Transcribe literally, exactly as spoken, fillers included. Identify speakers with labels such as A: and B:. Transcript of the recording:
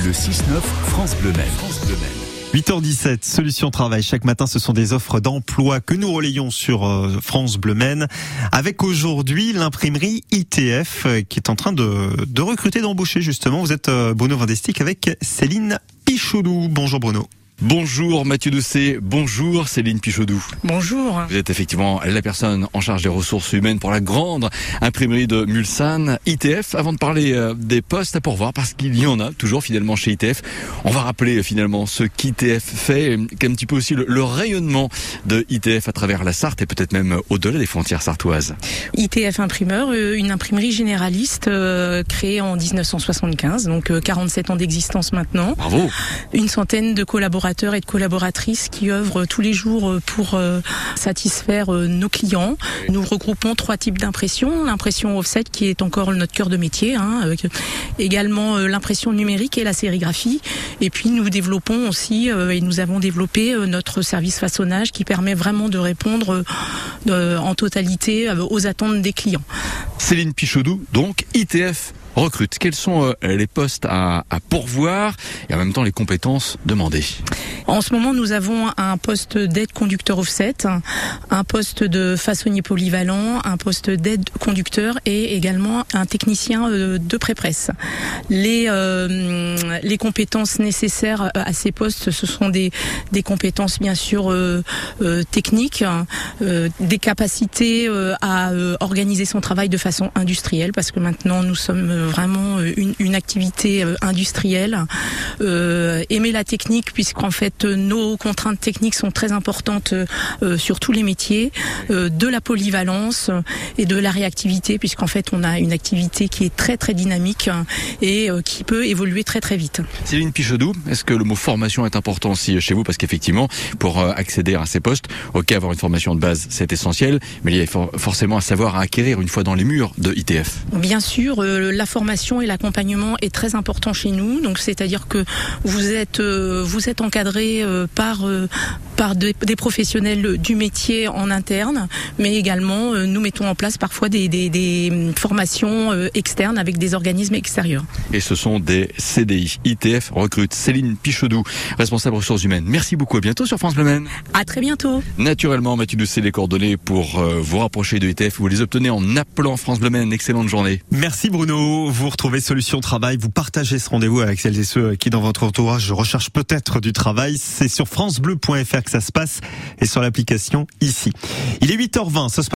A: Le six neuf France Bleu Maine. France Bleu Maine.
B: huit heures dix-sept, Solutions Travail. Chaque matin, ce sont des offres d'emploi que nous relayons sur euh, France Bleu Maine. Avec aujourd'hui l'imprimerie I T F euh, qui est en train de, de recruter, d'embaucher justement. Vous êtes euh, Bruno Vandestick avec Céline Pichaudou. Bonjour Bruno.
C: Bonjour Mathieu Doucet, bonjour Céline Pichaudou.
D: Bonjour.
C: Vous êtes effectivement la personne en charge des ressources humaines pour la grande imprimerie de Mulsanne, I T F. Avant de parler euh, des postes à pourvoir, parce qu'il y en a toujours finalement chez I T F, on va rappeler finalement ce qu'I T F fait, qu'un petit peu aussi le, le rayonnement de I T F à travers la Sarthe et peut-être même au-delà des frontières sartoises.
D: I T F Imprimeur, une imprimerie généraliste euh, créée en dix-neuf cent soixante-quinze, donc euh, quarante-sept ans d'existence maintenant.
C: Bravo.
D: Une centaine de collaborateurs et de collaboratrices qui œuvrent tous les jours pour euh, satisfaire euh, nos clients. Nous regroupons trois types d'impression. L'impression offset qui est encore notre cœur de métier, hein, avec également euh, l'impression numérique et la sérigraphie. Et puis nous développons aussi euh, et nous avons développé euh, notre service façonnage qui permet vraiment de répondre euh, en totalité euh, aux attentes des clients.
C: Céline Pichaudou, donc I T F recrute. Quels sont euh, les postes à, à pourvoir et en même temps les compétences demandées?
D: En ce moment, nous avons un poste d'aide conducteur offset, un poste de façonnier polyvalent, un poste d'aide conducteur et également un technicien de pré-presse. Les, euh, les compétences nécessaires à ces postes, ce sont des, des compétences bien sûr euh, euh, techniques, euh, des capacités euh, à euh, organiser son travail de façon industrielle, parce que maintenant nous sommes vraiment une, une activité industrielle. Euh, aimer la technique, puisqu'en fait nos contraintes techniques sont très importantes euh, sur tous les métiers, euh, de la polyvalence et de la réactivité, puisqu'en fait on a une activité qui est très très dynamique et euh, qui peut évoluer très très vite.
C: Céline Pichaudou, est-ce que le mot formation est important aussi chez vous? Parce qu'effectivement, pour euh, accéder à ces postes, ok, avoir une formation de base, c'est essentiel, mais il y a for- forcément un savoir à acquérir une fois dans les murs de I T F.
D: Bien sûr, euh, la formation et l'accompagnement est très important chez nous, donc c'est-à-dire que vous êtes euh, vous êtes encadré euh, par euh, par des, des professionnels du métier en interne, mais également euh, nous mettons en place parfois des, des, des formations euh, externes avec des organismes extérieurs.
C: Et ce sont des C D I. I T F recrute. Céline Pichaudou, responsable ressources humaines. Merci beaucoup, à bientôt sur France Bleu Maine.
D: À très bientôt.
C: Naturellement, Mathieu Doucet, les coordonnées pour euh, vous rapprocher de I T F, vous les obtenez en appelant France Bleu Maine. Excellente journée.
B: Merci Bruno. Vous retrouvez Solutions Travail. Vous partagez ce rendez-vous avec celles et ceux qui dans votre entourage recherchent peut-être du travail. C'est sur francebleu point f r que ça se passe et sur l'application ici. Il est huit heures vingt.